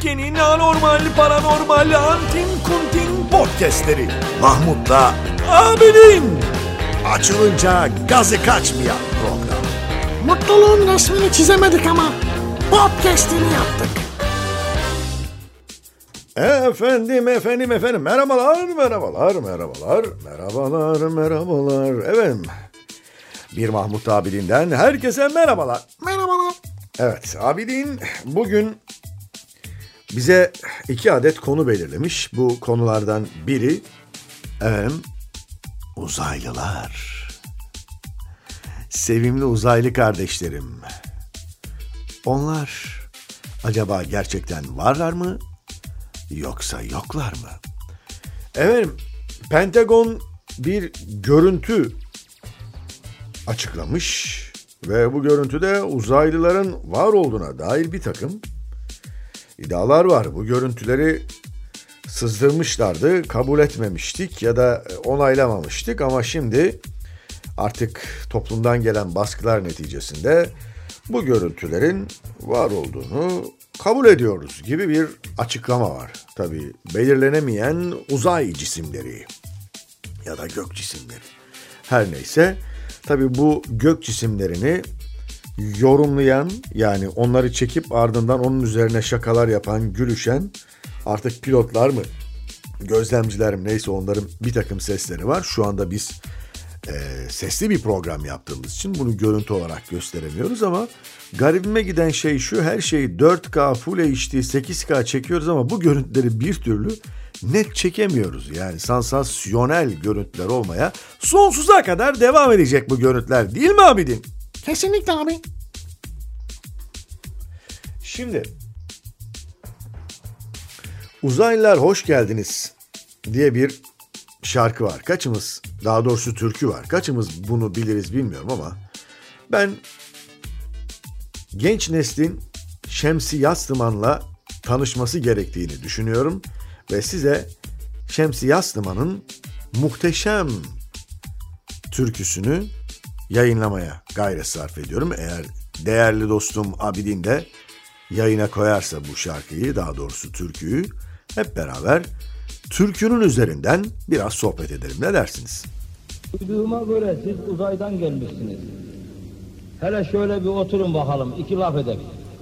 Türkiye'nin anormal, paranormal, antin kuntin podcastleri. Mahmut'la Abidin. Açılınca gazı kaçmayan program. Mutluluğun resmini çizemedik ama podcast'ini yaptık. Efendim. Merhabalar. Efendim. Bir Mahmut Abidin'den herkese merhabalar. Merhabalar. Evet, Abidin bugün bize 2 adet konu belirlemiş. Bu konulardan biri uzaylılar. Sevimli uzaylı kardeşlerim. Onlar acaba gerçekten varlar mı? Yoksa yoklar mı? Efendim, Pentagon bir görüntü açıklamış ve bu görüntüde uzaylıların var olduğuna dair bir takım iddialar var. Bu görüntüleri sızdırmışlardı, kabul etmemiştik ya da onaylamamıştık ama şimdi artık toplumdan gelen baskılar neticesinde bu görüntülerin var olduğunu kabul ediyoruz gibi bir açıklama var. Tabii belirlenemeyen uzay cisimleri ya da gök cisimleri. Her neyse, tabii bu gök cisimlerini yorumlayan, yani onları çekip ardından onun üzerine şakalar yapan, gülüşen artık pilotlar mı, gözlemciler mi, neyse onların bir takım sesleri var. Şu anda biz sesli bir program yaptığımız için bunu görüntü olarak gösteremiyoruz ama garibime giden şey şu: her şeyi 4K, Full HD, 8K çekiyoruz ama bu görüntüleri bir türlü net çekemiyoruz. Yani sansasyonel görüntüler olmaya sonsuza kadar devam edecek bu görüntüler, değil mi Abidin? Kesinlikle abi. Şimdi Uzaylılar Hoş Geldiniz diye bir şarkı var. Kaçımız, daha doğrusu türkü var. Kaçımız bunu biliriz bilmiyorum ama ben genç neslin Şemsi Yastıman'la tanışması gerektiğini düşünüyorum ve size Şemsi Yastıman'ın muhteşem türküsünü yayınlamaya gayret sarf ediyorum. Eğer değerli dostum Abidin de yayına koyarsa bu şarkıyı, daha doğrusu türküyü, hep beraber türkünün üzerinden biraz sohbet edelim. Ne dersiniz? Duyduğuma göre siz uzaydan gelmişsiniz. Hele şöyle bir oturun bakalım, 2 laf edelim.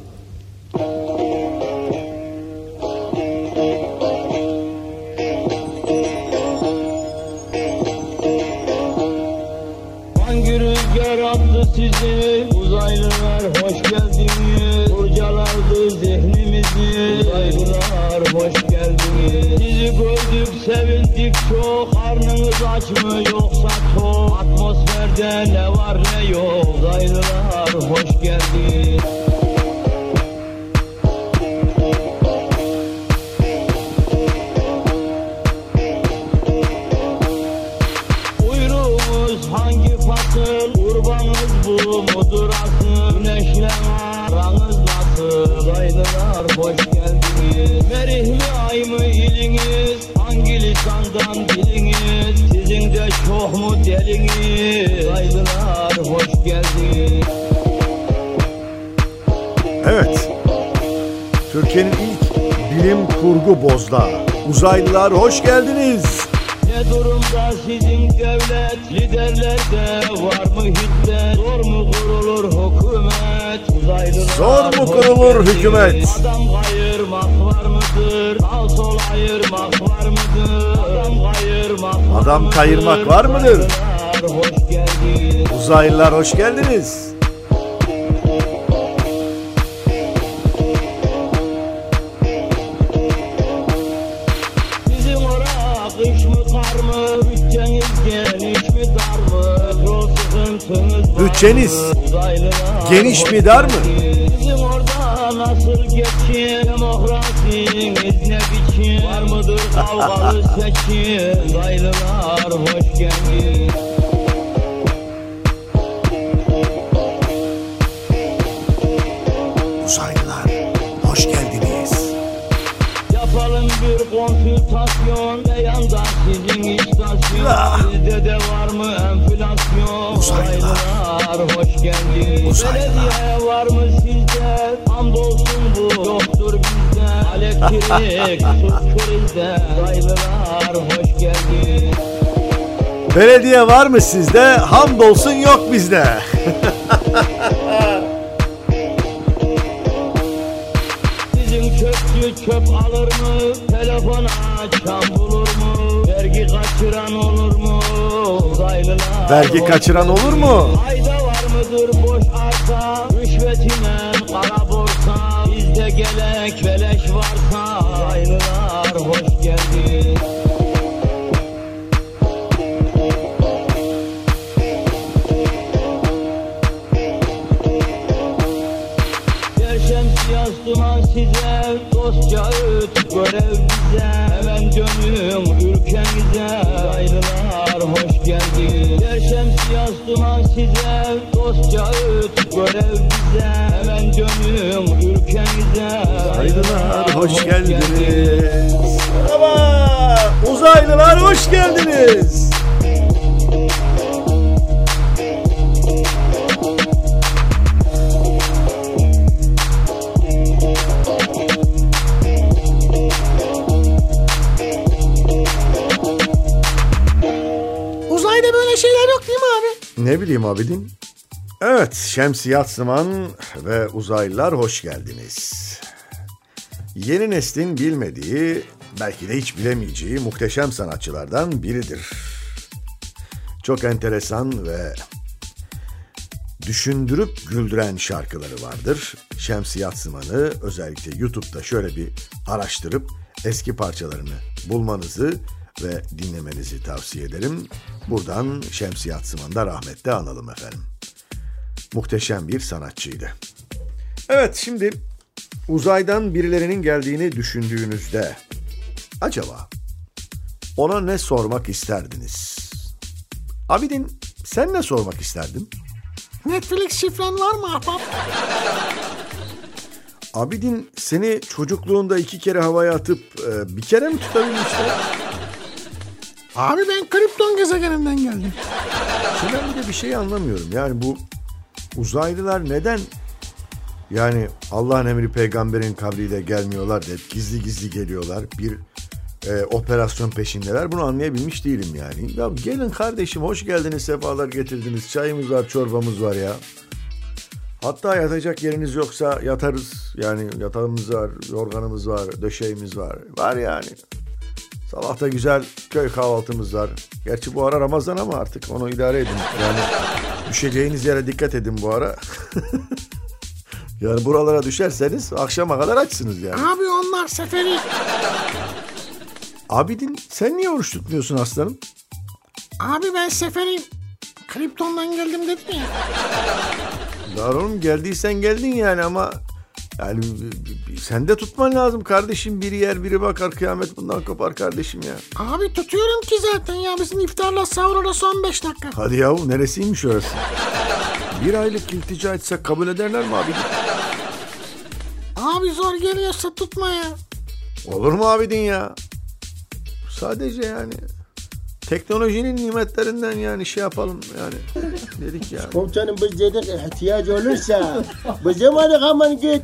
Hangi rüzgar attı sizi? Uzaylılar hoş geldiniz. Kurcalardı zihnimizi. Uzaylılar hoş geldiniz. Sizi gördük, sevindik çok. Karnınız aç mı yoksa tok? Atmosferde ne var ne yok. Uzaylılar hoş geldiniz. Hangi fasıl, kurbanız bu mudur asıl? Güneşle aranız nasıl? Uzaylılar hoş geldiniz. Merih mi ay mı iliniz? Hangi lisandan diliniz? Sizin de çok mu deliniz? Uzaylılar hoş geldiniz. Evet, Türkiye'nin ilk bilim kurgu bozdağı. Uzaylılar hoş geldiniz. Ne durumda sizin devlet? Liderlerde var mı hiddet? Zor mu kurulur hükümet? Uzaylılar Zor mu kurulur hükümet? Adam kayırmak var mıdır? Sağ sol ayırmak var mıdır? Adam kayırmak var mıdır? Uzaylılar hoş geldiniz. Uzaylılar hoş geldiniz. Kış mı kar mı? Bütçeniz geniş mi dar mı? Petrol sıkıntınız var mı? Bütçeniz geniş mi dar mı? Bizim orada nasıl geçin? Demokrasiniz ne biçim? Var mıdır kavgalı seçim? Uzaylılar hoş geldiniz. Uzaylılar hoş geldiniz. Yapalım bir konsültasyon, beyanda sizin istasyon. Bizde de var mı enflasyon? Uzaylılar hoş geldiniz. Belediye var mı sizde? Hamdolsun bu yoktur bizde. Elektrik prizde, uzaylılar hoş geldin. Belediye var mı sizde? Hamdolsun yok bizde. Sizin çöpçü çöp alır mı? Telefon açan bulur mu? Vergi kaçıran olur mu? Uzaylılar Vergi kaçıran olur mu? Ayda var mıdır boş arsa? Rüşvetine kara borsa. Bizde gelek beleş varsa. Uzaylılar hoş geldin. Şemsiyaz duman size, dostça öt görev bize. Hemen dönün ülkemize, uzaylılar hoş geldin. Şemsiyaz duman size, dostça öt görev bize. Hemen dönün ülkemize, Uzaylılar hoş geldiniz. Merhaba. Uzaylılar hoş geldiniz. Uzayda böyle şeyler yok değil mi abi? Ne bileyim abidin. Evet, Şemsiyat Sıman ve uzaylılar hoş geldiniz. Yeni neslin bilmediği, belki de hiç bilemeyeceği muhteşem sanatçılardan biridir. Çok enteresan ve düşündürüp güldüren şarkıları vardır. Şemsiyat Sıman'ı özellikle YouTube'da şöyle bir araştırıp eski parçalarını bulmanızı ve dinlemenizi tavsiye ederim. Buradan Şemsiyat Sıman'ı da rahmetle analım efendim. Muhteşem bir sanatçıydı. Evet, şimdi uzaydan birilerinin geldiğini düşündüğünüzde acaba ona ne sormak isterdiniz? Abidin, sen ne sormak isterdin? Netflix şifren var mı ahbap? Abidin, seni çocukluğunda 2 kere havaya atıp bir kere mi tutabilmişler? Abi ben Kripton gezegeninden geldim. Şimdi ben bir de bir şey anlamıyorum. Yani bu uzaylılar neden yani Allah'ın emri peygamberin kavliyle gelmiyorlar da hep gizli gizli geliyorlar. Bir operasyon peşindeler. Bunu anlayabilmiş değilim yani. Ya gelin kardeşim, hoş geldiniz, sefalar getirdiniz. Çayımız var, çorbamız var ya. Hatta yatacak yeriniz yoksa yatarız. Yani yatağımız var, yorganımız var, döşeğimiz var. Var yani. Sabahta güzel köy kahvaltımız var. Gerçi bu ara Ramazan ama artık onu idare edin. Yani düşeceğiniz yere dikkat edin bu ara. Yani buralara düşerseniz akşama kadar açsınız yani. Abi onlar seferi. Abidin, sen niye oruç tutmuyorsun aslanım? Abi ben seferiyim. Kripton'dan geldim dedim ya. Daha oğlum, geldiysen geldin yani ama yani sen de tutman lazım kardeşim. Biri yer biri bakar, kıyamet bundan kopar kardeşim ya. Abi tutuyorum ki zaten ya, bizim iftarla sahur arası 15 dakika. Hadi yahu, neresiymiş orası? Bir aylık iltica etsek kabul ederler mi abi? Abi zor geliyorsa tutma ya. Olur mu abidin ya? Sadece yani teknolojinin nimetlerinden yani şey yapalım yani. Dedik yani. Komutanım biz dedik ihtiyaç olursa bize mi aman git.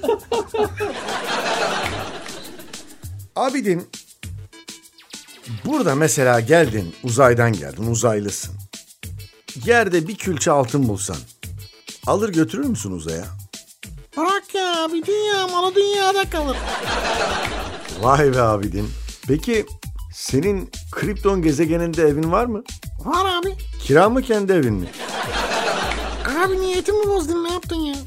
Abidin, burada mesela geldin, uzaydan geldin, uzaylısın. Yerde bir külçe altın bulsan alır götürür müsün uzaya? Bırak ya abi, dünya malı dünyada kalır. Vay be Abidin. Peki senin Kripton gezegeninde evin var mı? Var abi. Kira mı, kendi evin mi? Abi niyetimi bozdun, ne yaptın ya?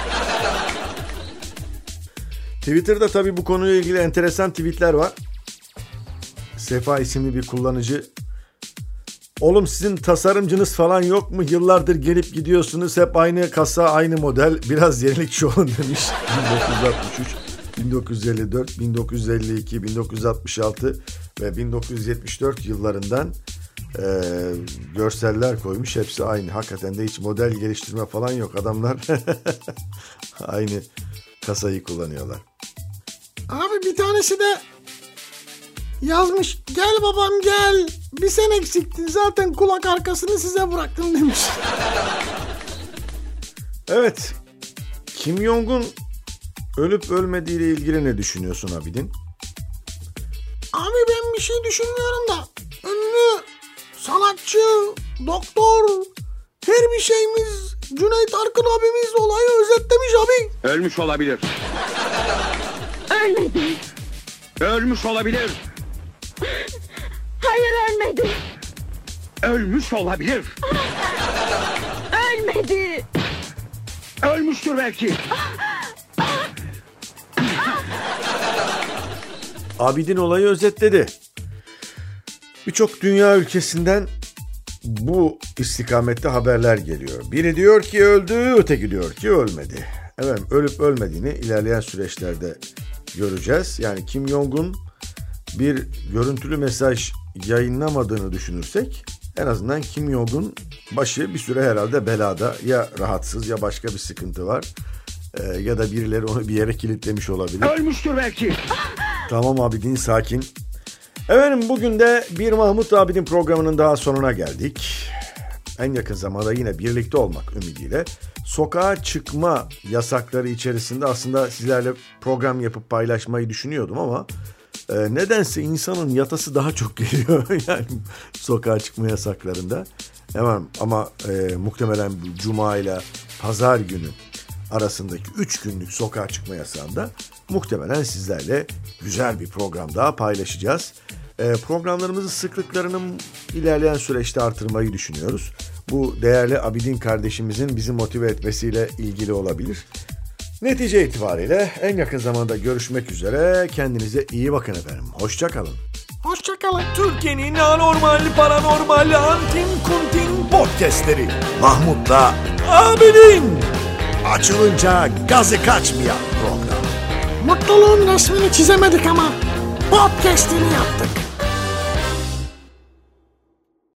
Twitter'da tabii bu konuyla ilgili enteresan tweetler var. Sefa isimli bir kullanıcı, oğlum sizin tasarımcınız falan yok mu? Yıllardır gelip gidiyorsunuz, hep aynı kasa, aynı model. Biraz yenilikçi olun demiş. 1963, 1954, 1952, 1966 ve 1974 yıllarından görseller koymuş. Hepsi aynı. Hakikaten de hiç model geliştirme falan yok. Adamlar aynı kasayı kullanıyorlar. Abi bir tanesi de yazmış, gel babam gel, bir sen eksiktin, zaten kulak arkasını size bıraktım demiş. Evet, Kim Jong-un ölüp ölmediğiyle ilgili ne düşünüyorsun Abidin? Abi ben bir şey düşünmüyorum da. Ünlü, sanatçı, doktor, her bir şeyimiz Cüneyt Arkın abimiz olayı özetlemiş abi. Ölmüş olabilir. Ölmedi. Ölmüş olabilir. Hayır ölmedi. Ölmüş olabilir. Ölmedi. Ölmüştür belki. Abidin olayı özetledi. Birçok dünya ülkesinden bu istikamette haberler geliyor. Biri diyor ki öldü, öteki diyor ki ölmedi. Efendim ölüp ölmediğini ilerleyen süreçlerde göreceğiz. Yani Kim Jong-un bir görüntülü mesaj yayınlamadığını düşünürsek en azından Kim Jong-un başı bir süre herhalde belada, ya rahatsız ya başka bir sıkıntı var. Ya da birileri onu bir yere kilitlemiş olabilir. Ölmüştür belki. Tamam Abidin, sakin. Efendim bugün de Bir Mahmut Abidin programının daha sonuna geldik. En yakın zamanda yine birlikte olmak ümidiyle sokağa çıkma yasakları içerisinde aslında sizlerle program yapıp paylaşmayı düşünüyordum ama nedense insanın yatası daha çok geliyor yani sokağa çıkma yasaklarında. Hemen ama muhtemelen Cuma ile Pazar günü arasındaki 3 günlük sokağa çıkma yasağında muhtemelen sizlerle güzel bir program daha paylaşacağız. Programlarımızın sıklıklarını ilerleyen süreçte artırmayı düşünüyoruz. Bu değerli Abidin kardeşimizin bizi motive etmesiyle ilgili olabilir. Netice itibariyle en yakın zamanda görüşmek üzere. Kendinize iyi bakın efendim. Hoşça kalın. Hoşçakalın. Türkiye'nin anormal, paranormal, antin kuntin podcastleri. Mahmut'la Abidin. Açılınca gazı kaçmayan program. Mutluluğun resmini çizemedik ama podcast'ini yaptık.